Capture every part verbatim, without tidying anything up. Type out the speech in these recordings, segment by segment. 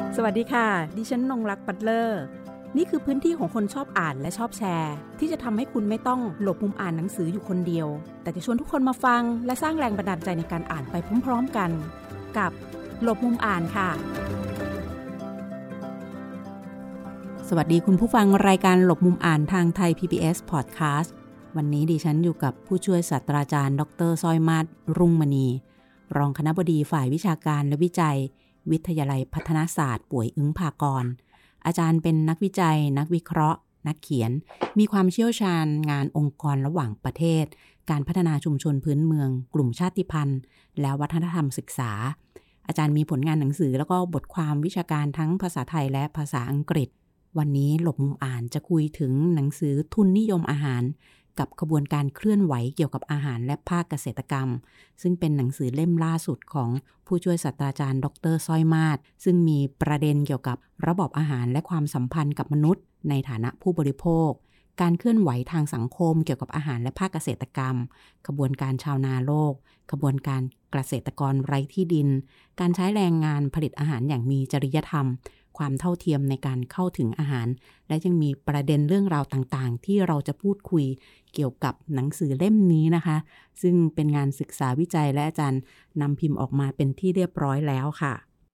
สวัสดีค่ะดิฉันนงรักปัตเลอร์นี่คือพื้นที่ของคนชอบอ่านและชอบแชร์ที่จะทำให้คุณไม่ต้องหลบมุมอ่านหนังสืออยู่คนเดียวแต่จะชวนทุกคนมาฟังและสร้างแรงบันดาลใจในการอ่านไปพร้อมๆกันกับหลบมุมอ่านค่ะสวัสดีคุณผู้ฟังรายการหลบมุมอ่านทางไทย พี บี เอส Podcast วันนี้ดิฉันอยู่กับผู้ช่วยศาสตราจารย์ดร.สร้อยมาศรุ่งมณีรองคณบดีฝ่ายวิชาการและวิจัยวิทยาลัยพัฒนาศาสตร์ป่วยอึ้งภากรอาจารย์เป็นนักวิจัยนักวิเคราะห์นักเขียนมีความเชี่ยวชาญงานองค์กรระหว่างประเทศการพัฒนาชุมชนพื้นเมืองกลุ่มชาติพันธุ์และวัฒนธรรมศึกษาอาจารย์มีผลงานหนังสือแล้วก็บทความวิชาการทั้งภาษาไทยและภาษาอังกฤษวันนี้หลบมุมอ่านจะคุยถึงหนังสือทุนนิยมอาหารกับขบวนการเคลื่อนไหวเกี่ยวกับอาหารและภาคเกษตรกรรมซึ่งเป็นหนังสือเล่มล่าสุดของผู้ช่วยศาสตราจารย์ดร.สร้อยมาศซึ่งมีประเด็นเกี่ยวกับระบบอาหารและความสัมพันธ์กับมนุษย์ในฐานะผู้บริโภคการเคลื่อนไหวทางสังคมเกี่ยวกับอาหารและภาคเกษตรกรรมขบวนการชาวนาโลกขบวนการเกษตรกรไร้ที่ดินการใช้แรงงานผลิตอาหารอย่างมีจริยธรรมความเท่าเทียมในการเข้าถึงอาหารและยังมีประเด็นเรื่องราวต่างๆที่เราจะพูดคุยเกี่ยวกับหนังสือเล่มนี้นะคะซึ่งเป็นงานศึกษาวิจัยและอาจารย์นำพิมพ์ออกมาเป็นที่เรียบร้อยแล้วค่ะ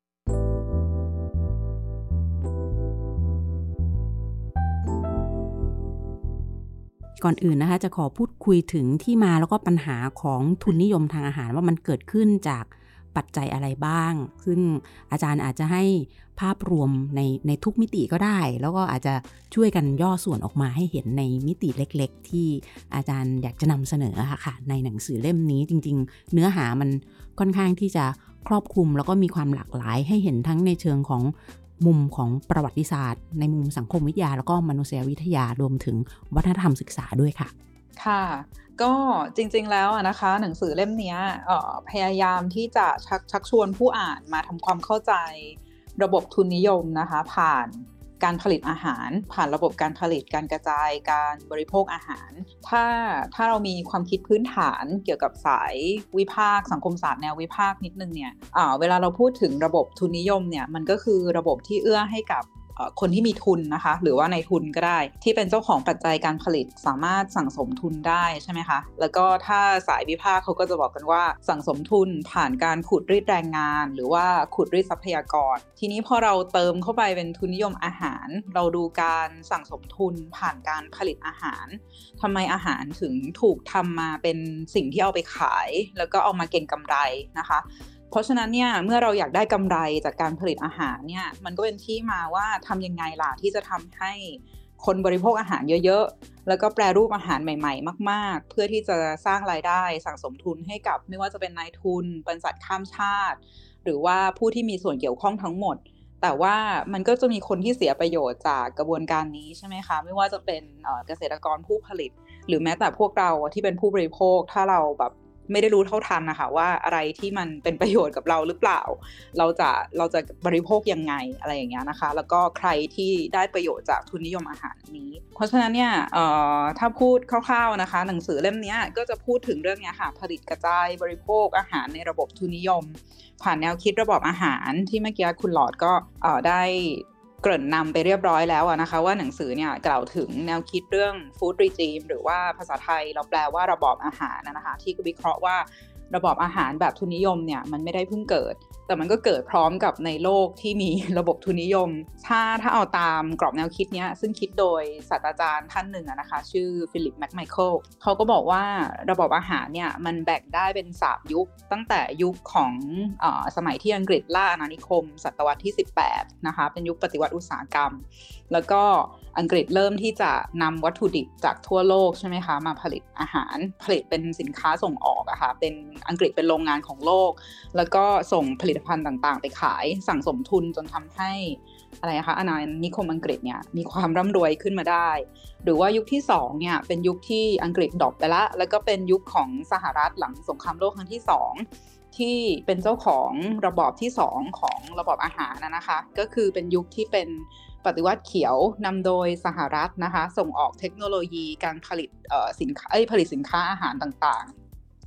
ก่อนอื่นนะคะจะขอพูดคุยถึงที่มาแล้วก็ปัญหาของทุนนิยมทางอาหารว่ามันเกิดขึ้นจากปัจจัยอะไรบ้างซึ่งอาจารย์อาจจะให้ภาพรวมในในทุกมิติก็ได้แล้วก็อาจจะช่วยกันย่อส่วนออกมาให้เห็นในมิติเล็กๆที่อาจารย์อยากจะนำเสนอค่ะในหนังสือเล่มนี้จริงๆเนื้อหามันค่อนข้างที่จะครอบคลุมแล้วก็มีความหลากหลายให้เห็นทั้งในเชิงของมุมของประวัติศาสตร์ในมุมสังคมวิทยาแล้วก็มนุษยวิทยารวมถึงวัฒนธรรมศึกษาด้วยค่ะค่ะก็จริงๆแล้วนะคะหนังสือเล่มนี้พยายามที่จะชักชักชวนผู้อ่านมาทำความเข้าใจระบบทุนนิยมนะคะผ่านการผลิตอาหารผ่านระบบการผลิตการกระจายการบริโภคอาหารถ้าถ้าเรามีความคิดพื้นฐานเกี่ยวกับสายวิพากษ์สังคมศาสตร์แนววิพากษ์นิดนึงเนี่ยเวลาเราพูดถึงระบบทุนนิยมเนี่ยมันก็คือระบบที่เอื้อให้กับคนที่มีทุนนะคะหรือว่าในทุนก็ได้ที่เป็นเจ้าของปัจจัยการผลิตสามารถสั่งสมทุนได้ใช่ไหมคะแล้วก็ถ้าสายวิพากษ์เขาก็จะบอกกันว่าสั่งสมทุนผ่านการขูดรีดแรงงานหรือว่าขูดรีดทรัพยากรทีนี้พอเราเติมเข้าไปเป็นทุนนิยมอาหารเราดูการสั่งสมทุนผ่านการผลิตอาหารทำไมอาหารถึงถูกทำมาเป็นสิ่งที่เอาไปขายแล้วก็เอามาเก็งกำไรนะคะเพราะฉะนั้นเนี่ยเมื่อเราอยากได้กำไรจากการผลิตอาหารเนี่ยมันก็เป็นที่มาว่าทำยังไงล่ะที่จะทำให้คนบริโภคอาหารเยอะๆแล้วก็แปรรูปอาหารใหม่ๆมากๆเพื่อที่จะสร้างรายได้สั่งสมทุนให้กับไม่ว่าจะเป็นนายทุนบริษัทข้ามชาติหรือว่าผู้ที่มีส่วนเกี่ยวข้องทั้งหมดแต่ว่ามันก็จะมีคนที่เสียประโยชน์จากกระบวนการนี้ใช่ไหมคะไม่ว่าจะเป็นเกษตรกรผู้ผลิตหรือแม้แต่พวกเราที่เป็นผู้บริโภคถ้าเราแบบไม่ได้รู้เท่าทันนะคะว่าอะไรที่มันเป็นประโยชน์กับเราหรือเปล่าเราจะเราจะบริโภคยังไงอะไรอย่างเงี้ยนะคะแล้วก็ใครที่ได้ประโยชน์จากทุนนิยมอาหารนี้เพราะฉะนั้นเนี่ยเอ่อถ้าพูดคร่าวๆนะคะหนังสือเล่มนี้ก็จะพูดถึงเรื่องนี้ค่ะผลิตกระจายบริโภคอาหารในระบบทุนนิยมผ่านแนวคิดระบบอาหารที่เมื่อกี้คุณหลอดก็เอ่อได้เกริ่นนำไปเรียบร้อยแล้วนะคะว่าหนังสือเนี่ยกล่าวถึงแนวคิดเรื่อง food regime หรือว่าภาษาไทยเราแปลว่าระบอบอาหารนะคะที่วิเคราะห์ว่าระบอบอาหารแบบทุนนิยมเนี่ยมันไม่ได้เพิ่งเกิดแต่มันก็เกิดพร้อมกับในโลกที่มีระบบทุนนิยมถ้าถ้าเอาตามกรอบแนวคิดนี้ซึ่งคิดโดยศาสตราจารย์ท่านหนึ่งนะคะชื่อฟิลิปแมคไมเคิลเขาก็บอกว่าระบบอาหารเนี่ยมันแบ่งได้เป็นสามยุคตั้งแต่ยุคของเอ่อสมัยที่อังกฤษล่าอาณานิคมศตวรรษที่สิบแปดนะคะเป็นยุคปฏิวัติอุตสาหกรรมแล้วก็อังกฤษเริ่มที่จะนำวัตถุดิบจากทั่วโลกใช่ไหมคะมาผลิตอาหารผลิตเป็นสินค้าส่งออกอะค่ะเป็นอังกฤษเป็นโรงงานของโลกแล้วก็ส่งผลิตภัณฑ์ต่างๆไปขายสั่งสมทุนจนทำให้อะไรนะคะอาณานิคมอังกฤษเนี่ยมีความร่ำรวยขึ้นมาได้หรือว่ายุคที่สองเนี่ยเป็นยุคที่อังกฤษดรอปไปละแล้วก็เป็นยุคของสหรัฐหลังสงครามโลกครั้งที่สองที่เป็นเจ้าของระบอบที่สองของระบอบอาหารนะคะก็คือเป็นยุคที่เป็นปฏิวัติเขียวนำโดยสหรัฐนะคะส่งออกเทคโนโลยีการผลิตเอ่อสินค้าเอ้ยผลิตสินค้าอาหารต่างๆ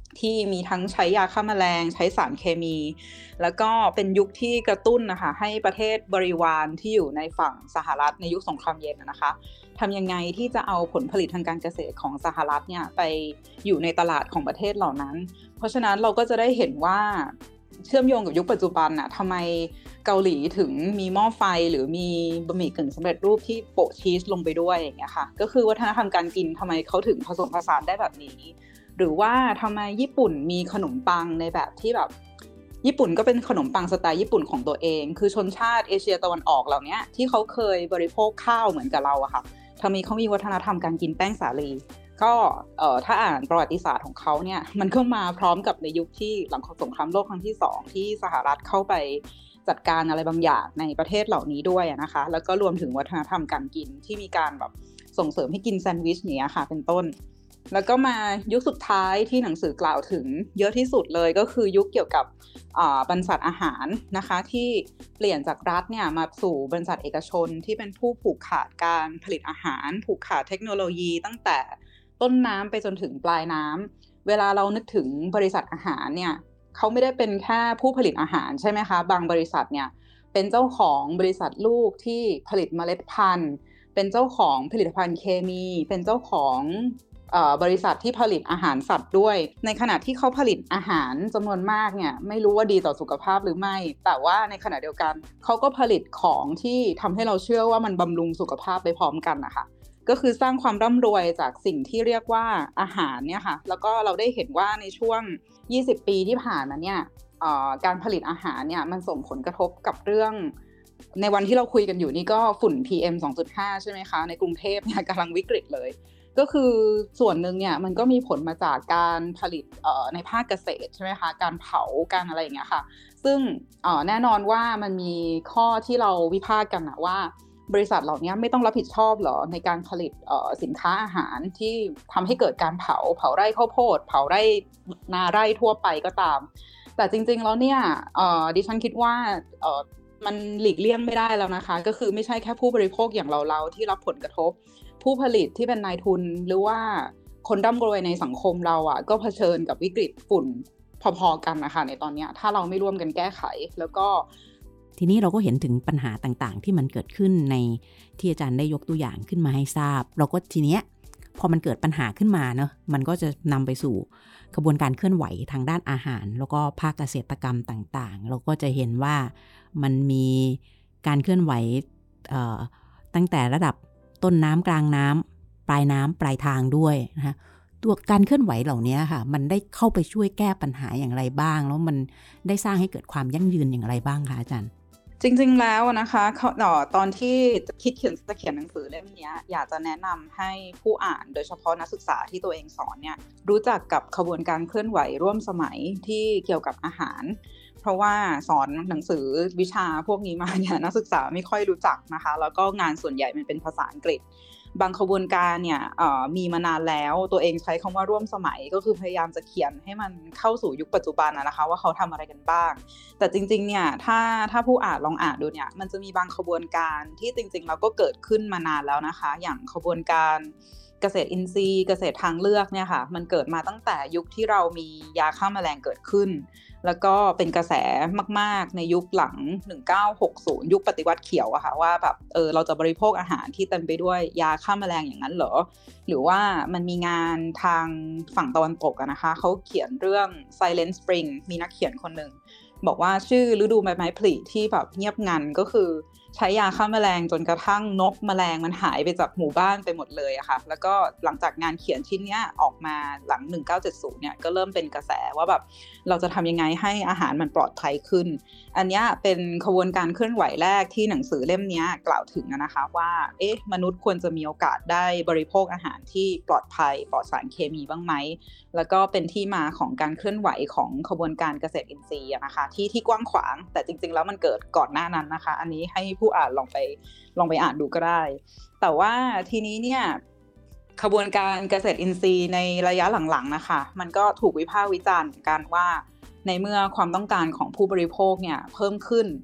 ที่มีทั้งใช้ยาฆ่าแมลงใช้สารเคมีแล้วก็เป็นยุคที่กระตุ้นนะคะให้ประเทศบริวารที่อยู่ในฝั่งสหรัฐในยุคสงครามเย็นนะคะทำยังไงที่จะเอาผลผลิตทางการเกษตรของสหรัฐเนี่ยไปอยู่ในตลาดของประเทศเหล่านั้นเพราะฉะนั้นเราก็จะได้เห็นว่าเชื่อมโยงกับยุคปัจจุบันน่ะทำไมเกาหลีถึงมีหม้อไฟหรือมีบะหมี่กึ่งสำเร็จรูปที่โปะชีสลงไปด้วยอย่างเงี้ยค่ะก็คือวัฒนธรรมการกินทำไมเขาถึงผสมผสานได้แบบนี้หรือว่าทำไมญี่ปุ่นมีขนมปังในแบบที่แบบญี่ปุ่นก็เป็นขนมปังสไตล์ญี่ปุ่นของตัวเองคือชนชาติเอเชียตะวันออกเหล่านี้ที่เขาเคยบริโภคข้าวเหมือนกับเราอะค่ะทำไมเขามีวัฒนธรรมการกินแป้งสาลีก็เอ่อถ้าอ่านประวัติศาสตร์ของเขาเนี่ยมันก็มาพร้อมกับในยุคที่หลังสงครามโลกครั้งที่สองที่สหรัฐเข้าไปจัดการอะไรบางอย่างในประเทศเหล่านี้ด้วยนะคะแล้วก็รวมถึงวัฒนธรรมการกินที่มีการแบบส่งเสริมให้กินแซนด์วิชอย่างเงี้ยค่ะเป็นต้นแล้วก็มายุคสุดท้ายที่หนังสือกล่าวถึงเยอะที่สุดเลยก็คือยุคเกี่ยวกับบรรษัทอาหารนะคะที่เปลี่ยนจากรัฐเนี่ยมาสู่บริษัทเอกชนที่เป็นผู้ผูกขาดการผลิตอาหารผูกขาดเทคโนโลยีตั้งแต่ต้นน้ำไปจนถึงปลายน้ำเวลาเรานึกถึงบริษัทอาหารเนี่ยเขาไม่ได้เป็นแค่ผู้ผลิตอาหารใช่ไหมคะบางบริษัทเนี่ยเป็นเจ้าของบริษัทลูกที่ผลิตเมล็ดพันธุ์เป็นเจ้าของผลิตภัณฑ์เคมีเป็นเจ้าของบริษัทที่ผลิตอาหารสัตว์ด้วยในขณะที่เขาผลิตอาหารจำนวนมากเนี่ยไม่รู้ว่าดีต่อสุขภาพหรือไม่แต่ว่าในขณะเดียวกันเขาก็ผลิตของที่ทำให้เราเชื่อว่ามันบำรุงสุขภาพไปพร้อมกันนะคะก็คือสร้างความร่ำรวยจากสิ่งที่เรียกว่าอาหารเนี่ยค่ะแล้วก็เราได้เห็นว่าในช่วงยี่สิบปีที่ผ่านมาเนี่ยการผลิตอาหารเนี่ยมันส่งผลกระทบกับเรื่องในวันที่เราคุยกันอยู่นี่ก็ฝุ่น พี เอ็ม สองจุดห้า ใช่ไหมคะในกรุงเทพเนี่ยกำลังวิกฤตเลยก็คือส่วนหนึ่งเนี่ยมันก็มีผลมาจากการผลิตในภาคเกษตรใช่ไหมคะการเผาการอะไรอย่างเงี้ยค่ะซึ่งแน่นอนว่ามันมีข้อที่เราวิพากษ์กันนะว่าบริษัทเหล่านี้ไม่ต้องรับผิดชอบหรอในการผลิตสินค้าอาหารที่ทำให้เกิดการเผาเผาไร่ข้าวโพดเผาไร่นาไร่ทั่วไปก็ตามแต่จริงๆแล้วเนี่ยดิฉันคิดว่ามันหลีกเลี่ยงไม่ได้แล้วนะคะก็คือไม่ใช่แค่ผู้บริโภคอย่างเราๆที่รับผลกระทบผู้ผลิตที่เป็นนายทุนหรือว่าคนร่ำรวยในสังคมเราอ่ะก็เผชิญกับวิกฤตฝุ่นพอๆกันนะคะในตอนนี้ถ้าเราไม่ร่วมกันแก้ไขแล้วก็ทีนี้เราก็เห็นถึงปัญหาต่างๆที่มันเกิดขึ้นในที่อาจารย์ได้ยกตัวอย่างขึ้นมาให้ทราบเราก็ทีเนี้ยพอมันเกิดปัญหาขึ้นมาเนอะมันก็จะนำไปสู่กระบวนการเคลื่อนไหวทางด้านอาหารแล้วก็ภาคเกษตรกรรมต่างๆเราก็จะเห็นว่ามันมีการเคลื่อนไหวตั้งแต่ระดับต้นน้ำกลางน้ำปลายน้ำปลายทางด้วยนะคะตัวการเคลื่อนไหวเหล่านี้ค่ะมันได้เข้าไปช่วยแก้ปัญหาอย่างไรบ้างแล้วมันได้สร้างให้เกิดความยั่งยืนอย่างไรบ้างคะอาจารย์จริงๆแล้วนะคะตอนที่คิดเขียนจะเขียนหนังสือเล่มนี้อยากจะแนะนำให้ผู้อ่านโดยเฉพาะนักศึกษาที่ตัวเองสอนเนี่ยรู้จักกับขบวนการเคลื่อนไหวร่วมสมัยที่เกี่ยวกับอาหารเพราะว่าสอนหนังสือวิชาพวกนี้มาเนี่ยนักศึกษาไม่ค่อยรู้จักนะคะแล้วก็งานส่วนใหญ่มันเป็นภาษาอังกฤษบางขบวนการเนี่ยมีมานานแล้วตัวเองใช้คำว่าร่วมสมัยก็คือพยายามจะเขียนให้มันเข้าสู่ยุคปัจจุบันนะคะว่าเขาทำอะไรกันบ้างแต่จริงๆเนี่ยถ้าถ้าผู้อ่านลองอ่านดูเนี่ยมันจะมีบางขบวนการที่จริงๆเราก็เกิดขึ้นมานานแล้วนะคะอย่างขบวนการเกษตรอินทรีย์เกษตรทางเลือกเนี่ยค่ะมันเกิดมาตั้งแต่ยุคที่เรามียาฆ่าแมลงเกิดขึ้นแล้วก็เป็นกระแสมากๆในยุคหลังหนึ่งเก้าหกศูนย์ยุคปฏิวัติเขียวอะค่ะว่าแบบเออเราจะบริโภคอาหารที่เต็มไปด้วยยาฆ่าแมลงอย่างนั้นเหรอหรือว่ามันมีงานทางฝั่งตะวันตกอะนะคะเขาเขียนเรื่อง Silent Spring มีนักเขียนคนหนึ่งบอกว่าชื่อฤดูใบไม้ผลิที่แบบเงียบงันก็คือใช้ยาฆ่าแมลงจนกระทั่งนกแมลงมันหายไปจากหมู่บ้านไปหมดเลยอะค่ะแล้วก็หลังจากงานเขียนชิ้นนี้ออกมาหลังหนึ่งเก้าเจ็ดศูนย์เนี่ยก็เริ่มเป็นกระแสว่าแบบเราจะทำยังไงให้อาหารมันปลอดภัยขึ้นอันนี้เป็นขบวนการเคลื่อนไหวแรกที่หนังสือเล่มนี้กล่าวถึงนะคะว่าเอ๊ะมนุษย์ควรจะมีโอกาสได้บริโภคอาหารที่ปลอดภัยปลอดสารเคมีบ้างไหมแล้วก็เป็นที่มาของการเคลื่อนไหวของขบวนการเกษตรอินทรีย์นะคะที่ที่กว้างขวางแต่จริงๆแล้วมันเกิดก่อนหน้านั้นนะคะอันนี้ให้ผู้อ่านลองไปลองไปอ่านดูก็ได้แต่ว่าทีนี้เนี่ยขบวนการเกษตรอินทรีย์ในระยะหลังๆนะคะมันก็ถูกวิพากษ์วิจารณ์กันว่าในเมื่อความต้องการของผู้บริโภคเนี่ยเพิ่มขึ้น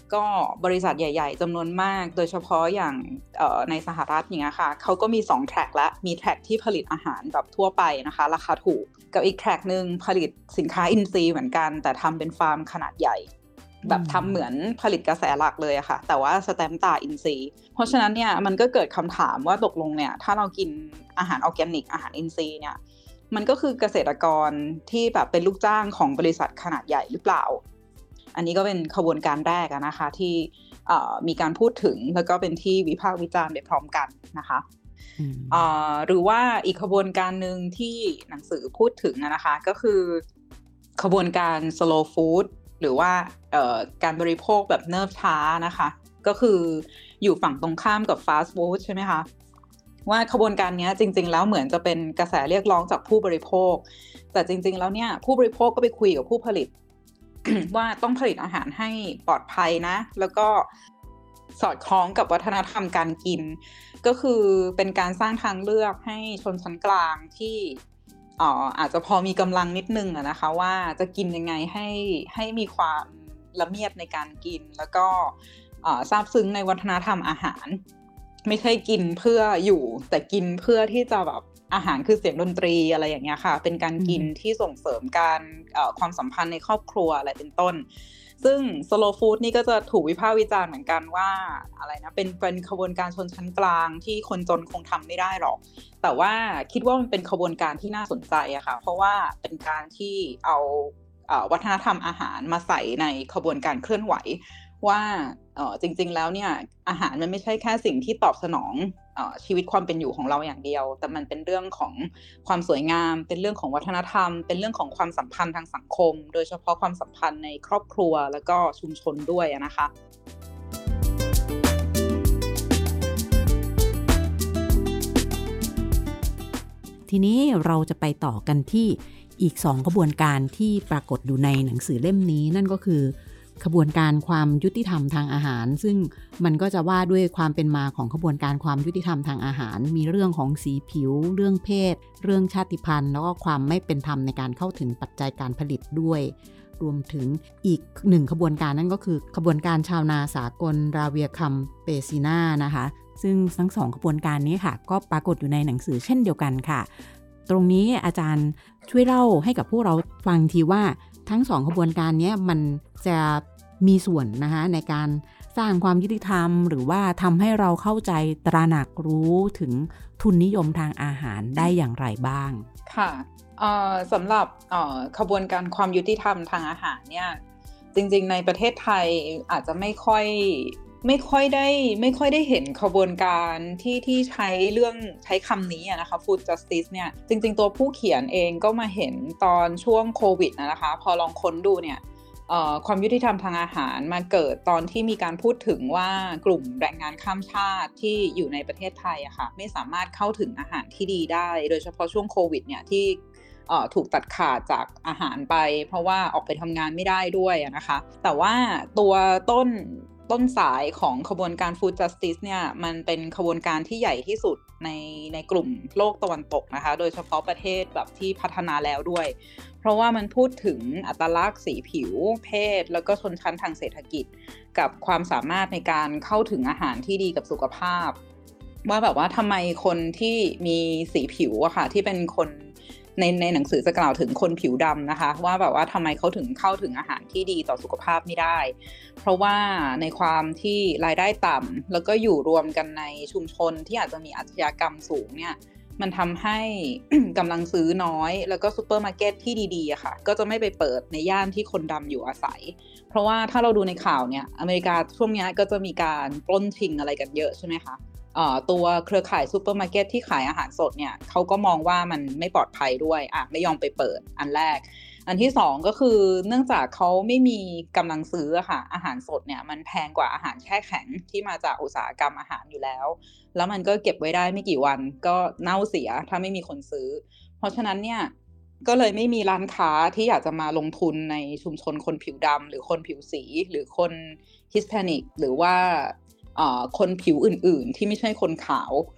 ก็บริษัทใหญ่ๆจำนวนมากโดยเฉพาะอย่างในสหรัฐอย่างเงี้ยค่ะเขาก็มีสองแทร็กละมีแทร็กที่ผลิตอาหารแบบทั่วไปนะคะราคาถูกกับอีกแทร็กนึงผลิตสินค้าอินทรีย์เหมือนกันแต่ทำเป็นฟาร์มขนาดใหญ่แบบทำเหมือนผลิตกระแสหลักเลยอะค่ะแต่ว่าสแตมป์ตาอินทรีย์เพราะฉะนั้นเนี่ยมันก็เกิดคำถามว่าตกลงเนี่ยถ้าเรากินอาหารออร์แกนิกอาหารอินทรีย์เนี่ยมันก็คือเกษตรกรที่แบบเป็นลูกจ้างของบริษัทขนาดใหญ่หรือเปล่าอันนี้ก็เป็นขบวนการแรกนะคะที่มีการพูดถึงแล้วก็เป็นที่วิพากษ์วิจารณ์ไปพร้อมกันนะคะหรือว่าอีกขบวนการนึงที่หนังสือพูดถึงนะคะก็คือขบวนการ slow food หรือว่าการบริโภคแบบเนิบช้านะคะก็คืออยู่ฝั่งตรงข้ามกับ fast food ใช่ไหมคะว่าขบวนการนี้จริงๆแล้วเหมือนจะเป็นกระแสเรียกร้องจากผู้บริโภคแต่จริงๆแล้วเนี่ยผู้บริโภคก็ไปคุยกับผู้ผลิต ว่าต้องผลิตอาหารให้ปลอดภัยนะแล้วก็สอดคล้องกับวัฒนธรรมการกินก็คือเป็นการสร้างทางเลือกให้ชนชั้นกลางที่อ๋ออาจจะพอมีกำลังนิดนึงอะนะคะว่าจะกินยังไงให้ให้มีความละเมียดในการกินแล้วก็ซาบซึ้งในวัฒนธรรมอาหารไม่ใช่กินเพื่ออยู่แต่กินเพื่อที่จะแบบอาหารคือเสียงดนตรีอะไรอย่างเงี้ยค่ะเป็นการกินที่ส่งเสริมการความสัมพันธ์ในครอบครัวอะไรเป็นต้นซึ่ง slow food นี่ก็จะถูกวิพากษ์วิจารณ์เหมือนกันว่าอะไรนะเป็นเป็นขบวนการชนชั้นกลางที่คนจนคงทำไม่ได้หรอกแต่ว่าคิดว่ามันเป็นขบวนการที่น่าสนใจอะค่ะเพราะว่าเป็นการที่เอาวัฒนธรรมอาหารมาใส่ในขบวนการเคลื่อนไหวว่าจริงๆแล้วเนี่ยอาหารมันไม่ใช่แค่สิ่งที่ตอบสนองชีวิตความเป็นอยู่ของเราอย่างเดียวแต่มันเป็นเรื่องของความสวยงามเป็นเรื่องของวัฒนธรรมเป็นเรื่องของความสัมพันธ์ทางสังคมโดยเฉพาะความสัมพันธ์ในครอบครัวแล้วก็ชุมชนด้วยนะคะทีนี้เราจะไปต่อกันที่อีกสองขบวนการที่ปรากฏอยู่ในหนังสือเล่มนี้นั่นก็คือขบวนการความยุติธรรมทางอาหารซึ่งมันก็จะว่าด้วยความเป็นมาของขบวนการความยุติธรรมทางอาหารมีเรื่องของสีผิวเรื่องเพศเรื่องชาติพันธุ์แล้วก็ความไม่เป็นธรรมในการเข้าถึงปัจจัยการผลิตด้วยรวมถึงอีกหนึ่งขบวนการนั่นก็คือขบวนการชาวนาสากลราเวียคัมเปซิน่านะคะซึ่งทั้งสองขบวนการนี้ค่ะก็ปรากฏอยู่ในหนังสือเช่นเดียวกันค่ะตรงนี้อาจารย์ช่วยเล่าให้กับพวกเราฟังทีว่าทั้งสองขบวนการนี้มันจะมีส่วนนะคะในการสร้างความยุติธรรมหรือว่าทำให้เราเข้าใจตระหนักรู้ถึงทุนนิยมทางอาหารได้อย่างไรบ้างค่ะสำหรับขบวนการความยุติธรรมทางอาหารเนี่ยจริงๆในประเทศไทยอาจจะไม่ค่อยไม่ค่อยได้ไม่ค่อยได้เห็นขบวนการที่ที่ใช้เรื่องใช้คำนี้นะคะ food justice เนี่ยจริงๆตัวผู้เขียนเองก็มาเห็นตอนช่วงโควิดนะคะพอลองค้นดูเนี่ยความยุติธรรมทางอาหารมาเกิดตอนที่มีการพูดถึงว่ากลุ่มแรงงานข้ามชาติที่อยู่ในประเทศไทยอะค่ะไม่สามารถเข้าถึงอาหารที่ดีได้โดยเฉพาะช่วงโควิดเนี่ยที่ถูกตัดขาดจากอาหารไปเพราะว่าออกไปทำงานไม่ได้ด้วยนะคะแต่ว่าตัวต้นต้นสายของขบวนการ Food Justice เนี่ยมันเป็นขบวนการที่ใหญ่ที่สุดในในกลุ่มโลกตะวันตกนะคะโดยเฉพาะประเทศแบบที่พัฒนาแล้วด้วยเพราะว่ามันพูดถึงอัตลักษณ์สีผิวเพศแล้วก็ชนชั้นทางเศรษฐกิจกับความสามารถในการเข้าถึงอาหารที่ดีกับสุขภาพว่าแบบว่าทำไมคนที่มีสีผิวอะค่ะที่เป็นคนในในหนังสือจะกล่าวถึงคนผิวดำนะคะว่าแบบว่าทำไมเขาถึงเข้าถึงอาหารที่ดีต่อสุขภาพไม่ได้เพราะว่าในความที่รายได้ต่ำแล้วก็อยู่รวมกันในชุมชนที่อาจจะมีอาชญากรรมสูงเนี่ยมันทำให้ กำลังซื้อน้อยแล้วก็ซุปเปอร์มาร์เก็ตที่ดีๆอะค่ะก็จะไม่ไปเปิดในย่านที่คนดำอยู่อาศัยเพราะว่าถ้าเราดูในข่าวเนี่ยอเมริกาช่วงนี้ก็จะมีการปล้นชิงอะไรกันเยอะใช่ไหมคะตัวเครือข่ายซูเปอร์มาร์เก็ตที่ขายอาหารสดเนี่ยเขาก็มองว่ามันไม่ปลอดภัยด้วยอ่ะไม่ยอมไปเปิดอันแรกอันที่สองก็คือเนื่องจากเขาไม่มีกำลังซื้อค่ะอาหารสดเนี่ยมันแพงกว่าอาหารแช่แข็งที่มาจากอุตสาหกรรมอาหารอยู่แล้วแล้วมันก็เก็บไว้ได้ไม่กี่วันก็เน่าเสียถ้าไม่มีคนซื้อเพราะฉะนั้นเนี่ยก็เลยไม่มีร้านค้าที่อยากจะมาลงทุนในชุมชนคนผิวดำหรือคนผิวสีหรือคนฮิสแพนิกหรือว่าคนผิวอื่นๆที่ไม่ใช่คนขาว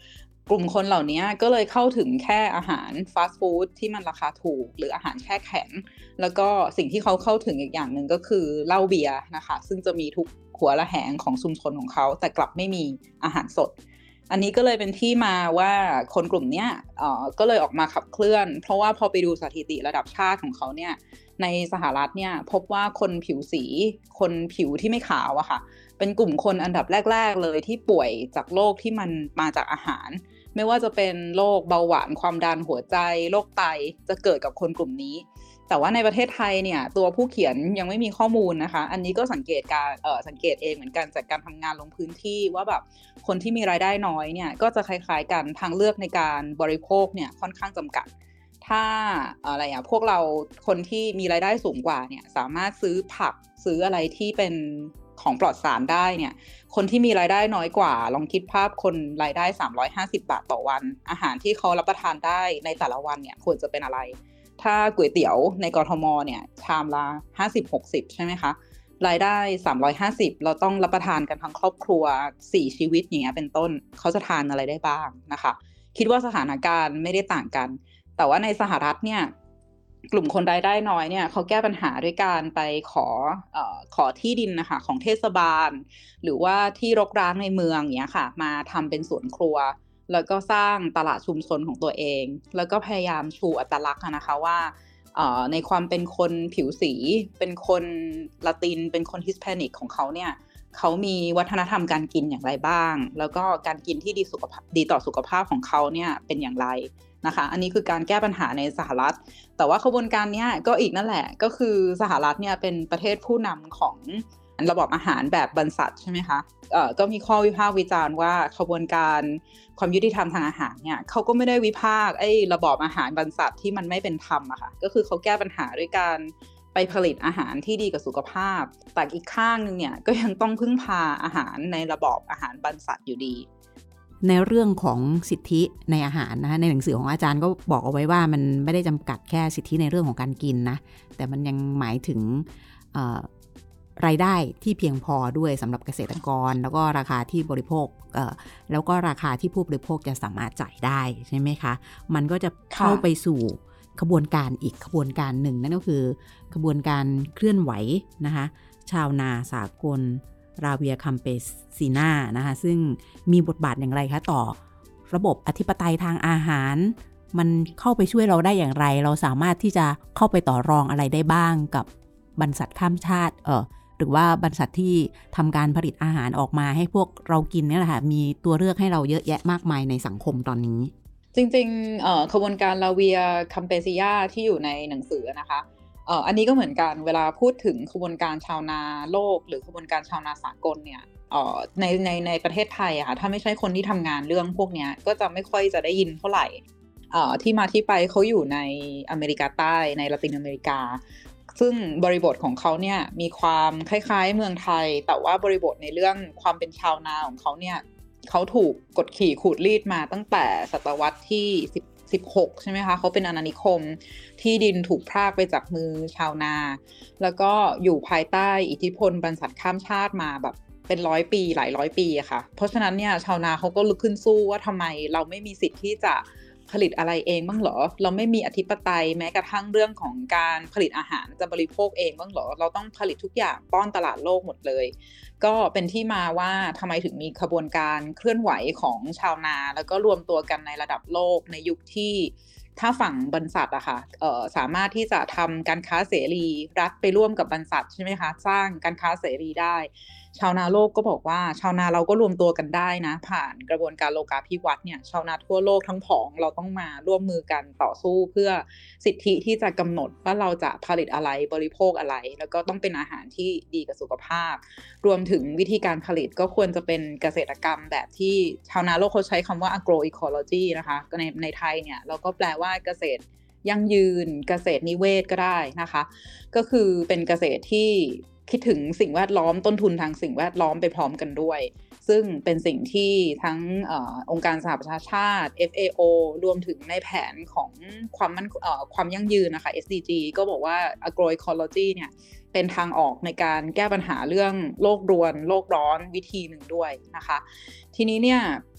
กลุ่มคนเหล่านี้ก็เลยเข้าถึงแค่อาหารฟาสต์ฟู้ดที่มันราคาถูกหรืออาหารแช่แข็งแล้วก็สิ่งที่เขาเข้าถึงอีกอย่างหนึ่งก็คือเหล้าเบียร์นะคะซึ่งจะมีทุกหัวระแหงของชุมชนของเขาแต่กลับไม่มีอาหารสดอันนี้ก็เลยเป็นที่มาว่าคนกลุ่มนี้เอ่อก็เลยออกมาขับเคลื่อนเพราะว่าพอไปดูสถิติระดับชาติของเขาเนี่ยในสหรัฐเนี่ยพบว่าคนผิวสีคนผิวที่ไม่ขาวอะค่ะเป็นกลุ่มคนอันดับแรกๆเลยที่ป่วยจากโรคที่มันมาจากอาหารไม่ว่าจะเป็นโรคเบาหวานความดันหัวใจโรคไตจะเกิดกับคนกลุ่มนี้แต่ว่าในประเทศไทยเนี่ยตัวผู้เขียนยังไม่มีข้อมูลนะคะอันนี้ก็สังเกตการเอ่อสังเกตเองเหมือนกันจากการทำงานลงพื้นที่ว่าแบบคนที่มีรายได้น้อยเนี่ยก็จะคล้ายๆกันทางเลือกในการบริโภคเนี่ยค่อนข้างจำกัดถ้าอะไรอ่ะพวกเราคนที่มีรายได้สูงกว่าเนี่ยสามารถซื้อผักซื้ออะไรที่เป็นของปลอดสารได้เนี่ยคนที่มีรายได้น้อยกว่าลองคิดภาพคนรายได้สามร้อยห้าสิบบาทต่อวันอาหารที่เขารับประทานได้ในแต่ละวันเนี่ยควรจะเป็นอะไรถ้าก๋วยเตี๋ยวในกทมเนี่ยชามละห้าสิบ หกสิบใช่ไหมคะรายได้สามร้อยห้าสิบเราต้องรับประทานกันทั้งครอบครัวสี่ชีวิตอย่างเงี้ยเป็นต้นเขาจะทานอะไรได้บ้างนะคะคิดว่าสถานการณ์ไม่ได้ต่างกันแต่ว่าในสหรัฐเนี่ยกลุ่มคนรายได้น้อยเนี่ยเขาแก้ปัญหาด้วยการไปขอเอ่อขอที่ดินนะคะของเทศบาลหรือว่าที่รกร้างในเมืองอย่างเงี้ยค่ะมาทำเป็นสวนครัวแล้วก็สร้างตลาดชุมชนของตัวเองแล้วก็พยายามชูอัตลักษณ์นะคะว่าเอ่อในความเป็นคนผิวสีเป็นคนละตินเป็นคนฮิสแปนิกของเขาเนี่ยเขามีวัฒนธรรมการกินอย่างไรบ้างแล้วก็การกินที่ดีสุขภาพดีต่อสุขภาพของเขาเนี่ยเป็นอย่างไรนะคะอันนี้คือการแก้ปัญหาในสหรัฐแต่ว่าขบวนการนี้ก็อีกนั่นแหละก็คือสหรัฐเนี่ยเป็นประเทศผู้นำของระบบอาหารแบบบรรษัทใช่ไหมคะเอ่อก็มีข้อวิพากษ์วิจารณ์ว่าขบวนการความยุติธรรมทางอาหารเนี่ยเขาก็ไม่ได้วิพากษ์ไอ้ระบอบอาหารบรรษัทที่มันไม่เป็นธรรมอะค่ะก็คือเขาแก้ปัญหาด้วยการไปผลิตอาหารที่ดีกับสุขภาพแต่อีกข้างนึงเนี่ยก็ยังต้องพึ่งพาอาหารในระบอบอาหารบรรษัทอยู่ดีในเรื่องของสิทธิในอาหารนะคะในหนังสือของอาจารย์ก็บอกเอาไว้ว่ามันไม่ได้จำกัดแค่สิทธิในเรื่องของการกินนะแต่มันยังหมายถึงรายได้ที่เพียงพอด้วยสำหรับเกษตรกรแล้วก็ราคาที่บริโภคแล้วก็ราคาที่ผู้บริโภคจะสามารถจ่ายได้ใช่ไหมคะมันก็จะเข้าไปสู่ขบวนการอีกขบวนการหนึ่งนั่นก็คือขบวนการเคลื่อนไหวนะคะชาวนาสากลราเวียคัมเปซีนานะคะซึ่งมีบทบาทอย่างไรคะต่อระบบอธิปไตยทางอาหารมันเข้าไปช่วยเราได้อย่างไรเราสามารถที่จะเข้าไปต่อรองอะไรได้บ้างกับบรรษัทข้ามชาติเออหรือว่าบรรษัทที่ทำการผลิตอาหารออกมาให้พวกเรากินเนี่ยแหละค่ะมีตัวเลือกให้เราเยอะแยะมากมายในสังคมตอนนี้จริงๆเอ่อขบวนการลาเวียคัมเปซิยาที่อยู่ในหนังสือนะคะเอ่ออันนี้ก็เหมือนกันเวลาพูดถึงขบวนการชาวนาโลกหรือขบวนการชาวนาสากลเนี่ยเอ่อในในในประเทศไทยอะค่ะถ้าไม่ใช่คนที่ทำงานเรื่องพวกนี้ก็จะไม่ค่อยจะได้ยินเท่าไหร่เอ่อที่มาที่ไปเขาอยู่ในอเมริกาใต้ในละตินอเมริกาซึ่งบริบทของเขาเนี่ยมีความคล้ายๆเมืองไทยแต่ว่าบริบทในเรื่องความเป็นชาวนาของเขาเนี่ยเขาถูกกดขี่ขูดรีดมาตั้งแต่ศตวรรษที่สิบ สิบหกใช่ไหมคะเขาเป็นอาณานิคมที่ดินถูกพรากไปจากมือชาวนาแล้วก็อยู่ภายใต้อิทธิพลบรรษัทข้ามชาติมาแบบเป็นร้อยปีหลายร้อยปีอะค่ะเพราะฉะนั้นเนี่ยชาวนาเขาก็ลุกขึ้นสู้ว่าทำไมเราไม่มีสิทธิ์ที่จะผลิตอะไรเองบ้างเหรอเราไม่มีอธิปไตยแม้กระทั่งเรื่องของการผลิตอาหารจะบริโภคเองบ้างเหรอเราต้องผลิตทุกอย่างป้อนตลาดโลกหมดเลยก็เป็นที่มาว่าทำไมถึงมีขบวนการเคลื่อนไหวของชาวนาแล้วก็รวมตัวกันในระดับโลกในยุคที่ถ้าฝั่งบรรษัทอะค่ะเอ่อสามารถที่จะทำการค้าเสรีรัฐไปร่วมกับบรรษัทใช่ไหมคะสร้างการค้าเสรีได้ชาวนาโลกก็บอกว่าชาวนาเราก็รวมตัวกันได้นะผ่านกระบวนการโลกาภิวัตน์เนี่ยชาวนาทั่วโลกทั้งผองเราต้องมาร่วมมือกันต่อสู้เพื่อสิทธิที่จะกำหนดว่าเราจะผลิตอะไรบริโภคอะไรแล้วก็ต้องเป็นอาหารที่ดีกับสุขภาพรวมถึงวิธีการผลิตก็ควรจะเป็นเกษตรกรรมแบบที่ชาวนาโลกเขาใช้คำว่า agroecology นะคะในในไทยเนี่ยเราก็แปลว่าเกษตรยั่งยืนเกษตรนิเวศก็ได้นะคะก็คือเป็นเกษตรที่คิดถึงสิ่งแวดล้อมต้นทุนทางสิ่งแวดล้อมไปพร้อมกันด้วยซึ่งเป็นสิ่งที่ทั้งเอ่อองค์การสหประชาชาติ เอฟ เอ โอ รวมถึงในแผนของความมั่นเอ่อความยั่งยืนนะคะ เอส ดี จี ก็บอกว่า agroecology เนี่ยเป็นทางออกในการแก้ปัญหาเรื่องโลกรวนโลกร้อนวิธีหนึ่งด้วยนะคะทีนี้เนี่ย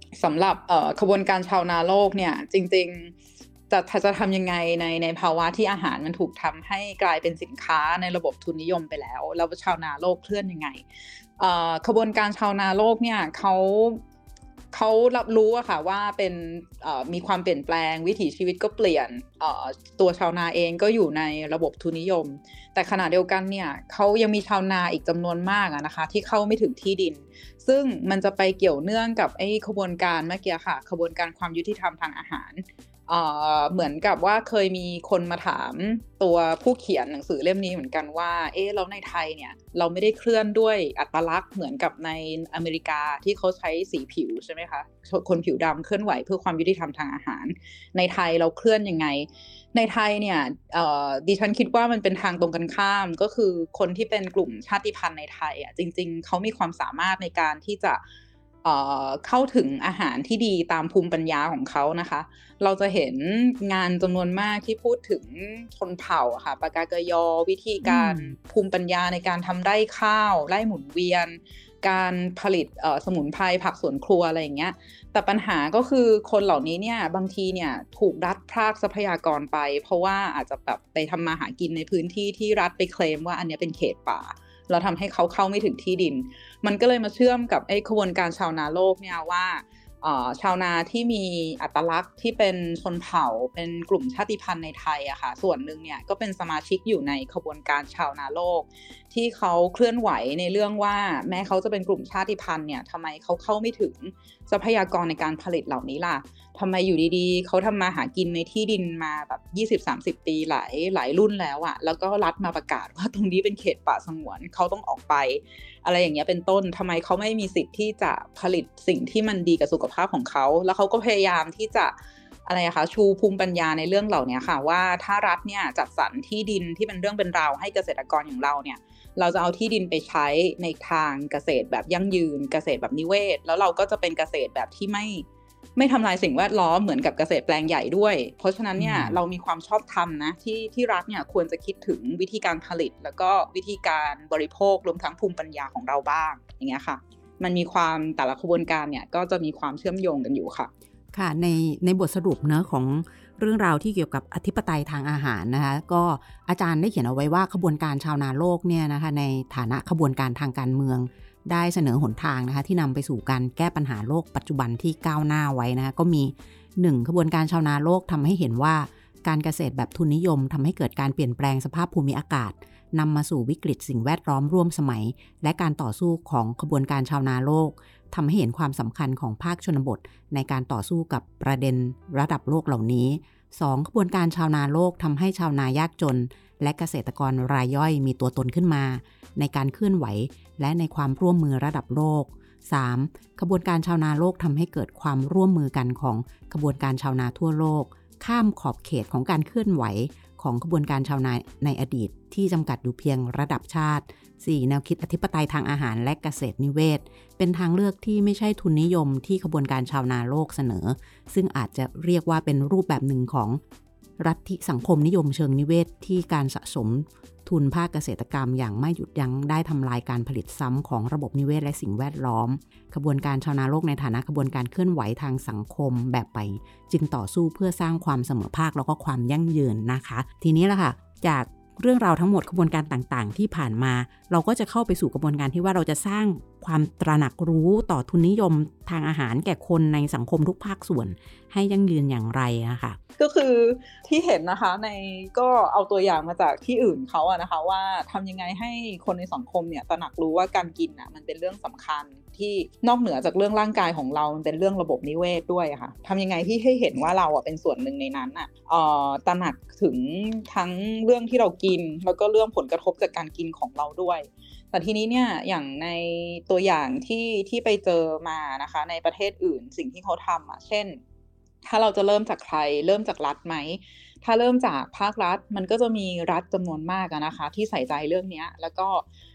สำหรับขบวนการชาวนาโลกเนี่ยจริงๆจะจะทำยังไงในในภาวะที่อาหารมันถูกทำให้กลายเป็นสินค้าในระบบทุนนิยมไปแล้วแล้วชาวนาโลกเคลื่อนยังไงขบวนการชาวนาโลกเนี่ยเขาเขารับรู้อะค่ะว่าเป็นมีความเปลี่ยนแปลงวิถีชีวิตก็เปลี่ยนตัวชาวนาเองก็อยู่ในระบบทุนนิยมแต่ขณะเดียวกันเนี่ยเขายังมีชาวนาอีกจำนวนมากอะนะคะที่เข้าไม่ถึงที่ดินซึ่งมันจะไปเกี่ยวเนื่องกับไอ้ขบวนการเมื่อกี้ค่ะขบวนการความยุติธรรมทางอาหารเอ่อเหมือนกับว่าเคยมีคนมาถามตัวผู้เขียนหนังสือเล่มนี้เหมือนกันว่าเอ๊ะแล้วในไทยเนี่ยเราไม่ได้เคลื่อนด้วยอัตลักษณ์เหมือนกับในอเมริกาที่เขาใช้สีผิวใช่ไหมคะคนผิวดำเคลื่อนไหวเพื่อความยุติธรรมทางอาหารในไทยเราเคลื่อนยังไงในไทยเนี่ยดิฉันคิดว่ามันเป็นทางตรงกันข้ามก็คือคนที่เป็นกลุ่มชาติพันธุ์ในไทยอ่ะจริงๆเขามีความสามารถในการที่จะเอ่อเข้าถึงอาหารที่ดีตามภูมิปัญญาของเขานะคะเราจะเห็นงานจำนวนมากที่พูดถึงชนเผ่าค่ะปากากยอวิธีการภูมิปัญญาในการทำไร่ข้าวไร่หมุนเวียนการผลิตสมุนไพรผักสวนครัวอะไรอย่างเงี้ยแต่ปัญหาก็คือคนเหล่านี้เนี่ยบางทีเนี่ยถูกรัฐพรากทรัพยากรไปเพราะว่าอาจจะแบบไปทำมาหากินในพื้นที่ที่รัฐไปเคลมว่าอันนี้เป็นเขตป่าเราทำให้เขาเข้าไม่ถึงที่ดินมันก็เลยมาเชื่อมกับไอ้ขบวนการชาวนาโลกเนี่ยว่าชาวนาที่มีอัตลักษณ์ที่เป็นชนเผ่าเป็นกลุ่มชาติพันธุ์ในไทยอะค่ะส่วนหนึ่งเนี่ยก็เป็นสมาชิกอยู่ในขบวนการชาวนาโลกที่เขาเคลื่อนไหวในเรื่องว่าแม้เขาจะเป็นกลุ่มชาติพันธุ์เนี่ยทำไมเขาเข้าไม่ถึงทรัพยากรในการผลิตเหล่านี้ล่ะทำไมอยู่ดีๆเขาทำมาหากินในที่ดินมาแบบ ยี่สิบถึงสามสิบ ปีหลายหลายรุ่นแล้วอะแล้วก็รัฐมาประกาศว่าตรงนี้เป็นเขตป่าสงวนเขาต้องออกไปอะไรอย่างเงี้ยเป็นต้นทำไมเขาไม่มีสิทธิ์ที่จะผลิตสิ่งที่มันดีกับสุขภาพของเขาแล้วเขาก็พยายามที่จะอะไรอะคะชูภูมิปัญญาในเรื่องเหล่านี้ค่ะว่าถ้ารัฐเนี่ยจัดสรรที่ดินที่เป็นเรื่องเป็นราวให้เกษตรกรอย่างเราเนี่ยเราจะเอาที่ดินไปใช้ในทางเกษตรแบบยั่งยืนเกษตรแบบนิเวศแล้วเราก็จะเป็นเกษตรแบบที่ไม่ไม่ทำลายสิ่งแวดล้อมเหมือนกับเกษตรแปลงใหญ่ด้วยเพราะฉะนั้นเนี่ยเรามีความชอบธรรมนะที่ที่รัฐเนี่ยควรจะคิดถึงวิธีการผลิตแล้วก็วิธีการบริโภครวมทั้งภูมิปัญญาของเราบ้างอย่างเงี้ยค่ะมันมีความแต่ละขบวนการเนี่ยก็จะมีความเชื่อมโยงกันอยู่ค่ะค่ะในในบทสรุปเนื้อของเรื่องราวที่เกี่ยวกับอธิปไตยทางอาหารนะคะก็อาจารย์ได้เขียนเอาไว้ว่าขบวนการชาวนาโลกเนี่ยนะคะในฐานะขบวนการทางการเมืองได้เสนอหนทางนะคะที่นำไปสู่การแก้ปัญหาโลกปัจจุบันที่ก้าวหน้าไว้นะคะก็มีหนึ่งขบวนการชาวนาโลกทำให้เห็นว่าการเกษตรแบบทุนนิยมทำให้เกิดการเปลี่ยนแปลงสภาพภูมิอากาศนำมาสู่วิกฤตสิ่งแวดล้อมร่วมสมัยและการต่อสู้ของขบวนการชาวนาโลกทำให้เห็นความสำคัญของภาคชนบทในการต่อสู้กับประเด็นระดับโลกเหล่านี้ สอง. ขบวนการชาวนาโลกทำให้ชาวนายากจนและเกษตรกรรายย่อยมีตัวตนขึ้นมาในการเคลื่อนไหวและในความร่วมมือระดับโลก สาม. ขบวนการชาวนาโลกทำให้เกิดความร่วมมือกันของขบวนการชาวนาทั่วโลกข้ามขอบเขตของการเคลื่อนไหวของขบวนการชาวนาในอดีตที่จำกัดอยู่เพียงระดับชาติ สี่. แนวคิดอธิปไตยทางอาหารและเกษตรนิเวศเป็นทางเลือกที่ไม่ใช่ทุนนิยมที่ขบวนการชาวนาโลกเสนอซึ่งอาจจะเรียกว่าเป็นรูปแบบหนึ่งของรัฐสังคมนิยมเชิงนิเวศที่การสะสมทุนภาคเกษตรกรรมอย่างไม่หยุดยั้งได้ทำลายการผลิตซ้ำของระบบนิเวศและสิ่งแวดล้อมขบวนการชาวนาโลกในฐานะขบวนการเคลื่อนไหวทางสังคมแบบใหม่จึงต่อสู้เพื่อสร้างความเสมอภาคแล้วก็ความยั่งยืนนะคะทีนี้ล่ะค่ะจากเรื่องราวทั้งหมดขบวนการต่างๆที่ผ่านมาเราก็จะเข้าไปสู่กระบวนการที่ว่าเราจะสร้างความตระหนักรู้ต่อทุนนิยมทางอาหารแก่คนในสังคมทุกภาคส่วนให้ยั่งยืนอย่างไรนะคะก็คือที่เห็นนะคะในก็เอาตัวอย่างมาจากที่อื่นเขาอะนะคะว่าทำยังไงให้คนในสังคมเนี่ยตระหนักรู้ว่าการกินอะมันเป็นเรื่องสำคัญที่นอกเหนือจากเรื่องร่างกายของเรามันเป็นเรื่องระบบนิเวศด้วยค่ะทำยังไงที่ให้เห็นว่าเราอะเป็นส่วนหนึ่งในนั้นอะเอ่อตระหนักถึงทั้งเรื่องที่เรากินแล้วก็เรื่องผลกระทบจากการกินของเราด้วยแต่ทีนี้เนี่ยอย่างในตัวอย่างที่ที่ไปเจอมานะคะในประเทศอื่นสิ่งที่เขาทำอ่ะเช่นถ้าเราจะเริ่มจากใครเริ่มจากรัฐไหมถ้าเริ่มจากภาครัฐมันก็จะมีรัฐจำนวนมากนะคะที่ใส่ใจเรื่องนี้แล้วก็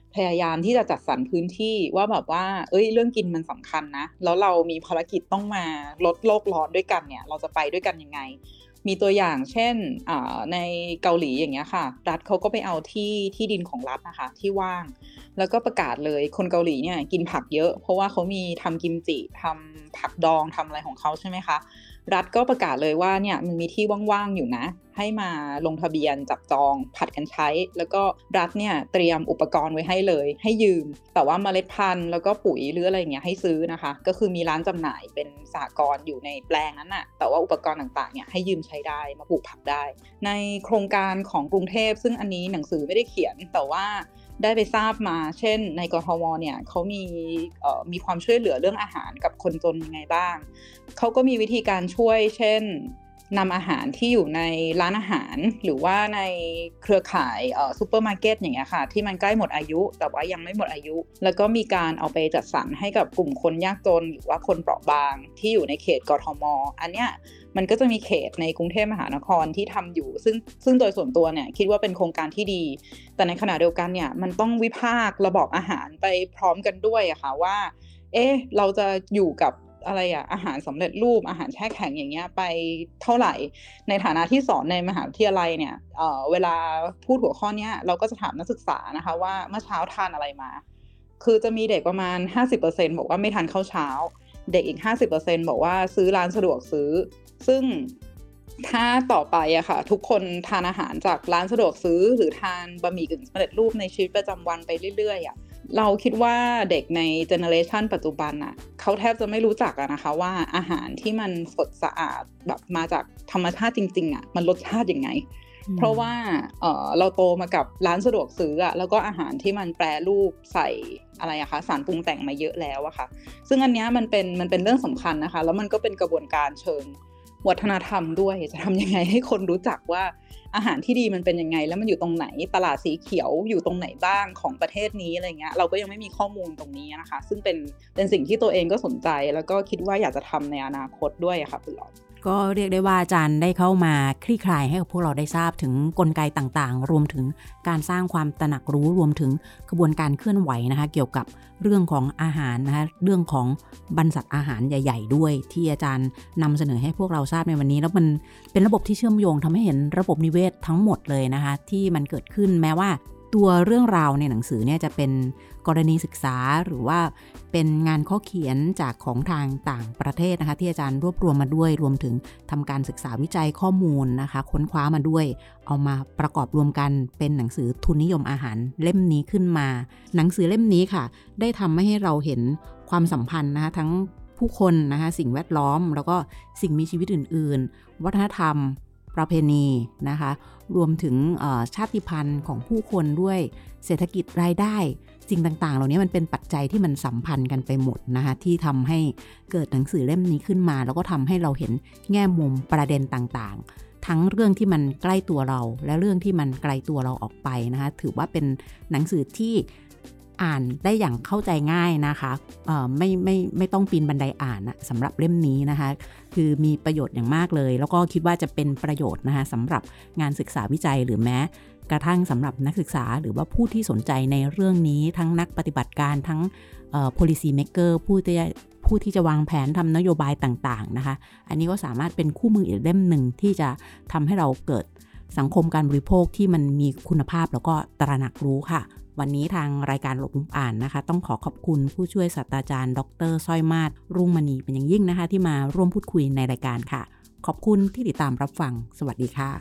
พยายามที่จะจัดสรรพื้นที่ว่าแบบว่าเอ้ยเรื่องกินมันสำคัญนะแล้วเรามีภารกิจต้องมาลดโลกร้อนด้วยกันเนี่ยเราจะไปด้วยกันยังไงมีตัวอย่างเช่นในเกาหลีอย่างเงี้ยค่ะรัฐเขาก็ไปเอาที่ที่ดินของรัฐนะคะที่ว่างแล้วก็ประกาศเลยคนเกาหลีเนี่ยกินผักเยอะเพราะว่าเขามีทำกิมจิทำผักดองทำอะไรของเขาใช่ไหมคะรัฐก็ประกาศเลยว่าเนี่ยมันมีที่ว่างๆอยู่นะให้มาลงทะเบียนจับจองผัดกันใช้แล้วก็รัฐเนี่ยเตรียมอุปกรณ์ไว้ให้เลยให้ยืมแต่ว่าเมล็ดพันธุ์แล้วก็ปุ๋ยหรืออะไรเงี้ยให้ซื้อนะคะก็คือมีร้านจำหน่ายเป็นสหกรณ์อยู่ในแปลงนั้นน่ะแต่ว่าอุปกรณ์ต่างๆเนี่ยให้ยืมใช้ได้มาปลูกผักได้ในโครงการของกรุงเทพซึ่งอันนี้หนังสือไม่ได้เขียนแต่ว่าได้ไปทราบมาเช่นในกทมเนี่ยเขามีเอ่อมีความช่วยเหลือเรื่องอาหารกับคนจนยังไงบ้างเขาก็มีวิธีการช่วยเช่นนำอาหารที่อยู่ในร้านอาหารหรือว่าในเครือข่ายเอ่อซูเปอร์มาร์เก็ตอย่างเงี้ยค่ะที่มันใกล้หมดอายุแต่ว่ายังไม่หมดอายุแล้วก็มีการเอาไปจัดสรรให้กับกลุ่มคนยากจนหรือว่าคนเปราะบางที่อยู่ในเขตกทมอันเนี้ยมันก็จะมีเขตในกรุงเทพมหานครที่ทำอยู่ซึ่งซึ่งโดยส่วนตัวเนี่ยคิดว่าเป็นโครงการที่ดีแต่ในขณะเดียวกันเนี่ยมันต้องวิพากษ์ระบอบอาหารไปพร้อมกันด้วยอะค่ะว่าเอ๊ะเราจะอยู่กับอะไรอะอาหารสำเร็จรูปอาหารแช่แข็งอย่างเงี้ยไปเท่าไหร่ในฐานะที่สอนในมหาวิทยาลัยเนี่ยเอ่อเวลาพูดหัวข้อเนี้ยเราก็จะถามนักศึกษานะคะว่าเมื่อเช้าทานอะไรมาคือจะมีเด็กประมาณ ห้าสิบเปอร์เซ็นต์ บอกว่าไม่ทานข้าวเช้าเด็กอีก ห้าสิบเปอร์เซ็นต์ บอกว่าซื้อร้านสะดวกซื้อซึ่งถ้าต่อไปอะค่ะทุกคนทานอาหารจากร้านสะดวกซื้อหรือทานบะหมี่กึ่งสำเร็จรูปในชีวิตประจำวันไปเรื่อยๆอะเราคิดว่าเด็กในเจเนอเรชันปัจจุบันน่ะเขาแทบจะไม่รู้จักอะนะคะว่าอาหารที่มันสดสะอาดแบบมาจากธรรมชาติจริงๆอะมันรสชาติยังไงเพราะว่าเอ่อเราโตมากับร้านสะดวกซื้ออะแล้วก็อาหารที่มันแปรรูปใส่อะไรอะคะสารปรุงแต่งมาเยอะแล้วอะค่ะซึ่งอันเนี้ยมันเป็นมันเป็นเรื่องสำคัญนะคะแล้วมันก็เป็นกระบวนการเชิงวัฒนธรรมด้วยจะทำยังไงให้คนรู้จักว่าอาหารที่ดีมันเป็นยังไงแล้วมันอยู่ตรงไหนตลาดสีเขียวอยู่ตรงไหนบ้างของประเทศนี้อะไรเงี้ยเราก็ยังไม่มีข้อมูลตรงนี้นะคะซึ่งเป็นเป็นสิ่งที่ตัวเองก็สนใจแล้วก็คิดว่าอยากจะทำในอนาคตด้วยค่ะคุณหลอดก็เรียกได้ว่าอาจารย์ได้เข้ามาคลี่คลายให้กับพวกเราได้ทราบถึงกลไกต่างๆรวมถึงการสร้างความตระหนักรู้รวมถึงกระบวนการเคลื่อนไหวนะคะเกี่ยวกับเรื่องของอาหารนะคะเรื่องของบรรษัทอาหารใหญ่ๆด้วยที่อาจารย์นำเสนอให้พวกเราทราบในวันนี้แล้วมันเป็นระบบที่เชื่อมโยงทำให้เห็นระบบนิเวศทั้งหมดเลยนะคะที่มันเกิดขึ้นแม้ว่าตัวเรื่องราวในหนังสือเนี่ยจะเป็นกรณีศึกษาหรือว่าเป็นงานข้อเขียนจากของทางต่างประเทศนะคะที่อาจารย์รวบรวมมาด้วยรวมถึงทำการศึกษาวิจัยข้อมูลนะคะค้นคว้ามาด้วยเอามาประกอบรวมกันเป็นหนังสือทุนนิยมอาหารเล่มนี้ขึ้นมาหนังสือเล่มนี้ค่ะได้ทำให้เราเห็นความสัมพันธ์นะคะทั้งผู้คนนะคะสิ่งแวดล้อมแล้วก็สิ่งมีชีวิตอื่นๆวัฒนธรรมประเพณีนะคะรวมถึงชาติพันธุ์ของผู้คนด้วยเศรษฐกิจรายได้สิ่งต่างๆเหล่านี้มันเป็นปัจจัยที่มันสัมพันธ์กันไปหมดนะคะที่ทำให้เกิดหนังสือเล่มนี้ขึ้นมาแล้วก็ทำให้เราเห็นแง่มุมประเด็นต่างๆทั้งเรื่องที่มันใกล้ตัวเราและเรื่องที่มันไกลตัวเราออกไปนะคะถือว่าเป็นหนังสือที่อ่านได้อย่างเข้าใจง่ายนะคะเอ่อไม่ไม่ไม่ต้องปีนบันไดอ่านนะสำหรับเล่มนี้นะคะคือมีประโยชน์อย่างมากเลยแล้วก็คิดว่าจะเป็นประโยชน์นะคะสำหรับงานศึกษาวิจัยหรือแม้กระทั่งสำหรับนักศึกษาหรือว่าผู้ที่สนใจในเรื่องนี้ทั้งนักปฏิบัติการทั้งเอ่อ policy maker ผู้ที่ผู้ที่จะวางแผนทำนโยบายต่างๆนะคะอันนี้ก็สามารถเป็นคู่มืออีกเล่มหนึ่งที่จะทำให้เราเกิดสังคมการบริโภคที่มันมีคุณภาพแล้วก็ตระหนักรู้ค่ะวันนี้ทางรายการหลบมุมอ่านนะคะต้องขอขอบคุณผู้ช่วยศาสตราจารย์ดร.สร้อยมาศรุ่งมณีเป็นอย่างยิ่งนะคะที่มาร่วมพูดคุยในรายการค่ะขอบคุณที่ติดตามรับฟังสวัสดีค่ะ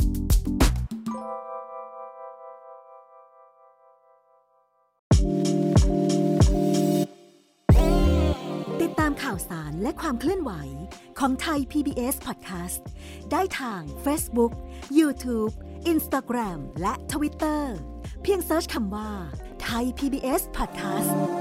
ติดตามข่าวสารและความเคลื่อนไหวของไทย พี บี เอส Podcast ได้ทาง Facebook, YouTube, Instagram และ Twitter เพียงเสิร์ชคำว่า Thai พี บี เอส Podcast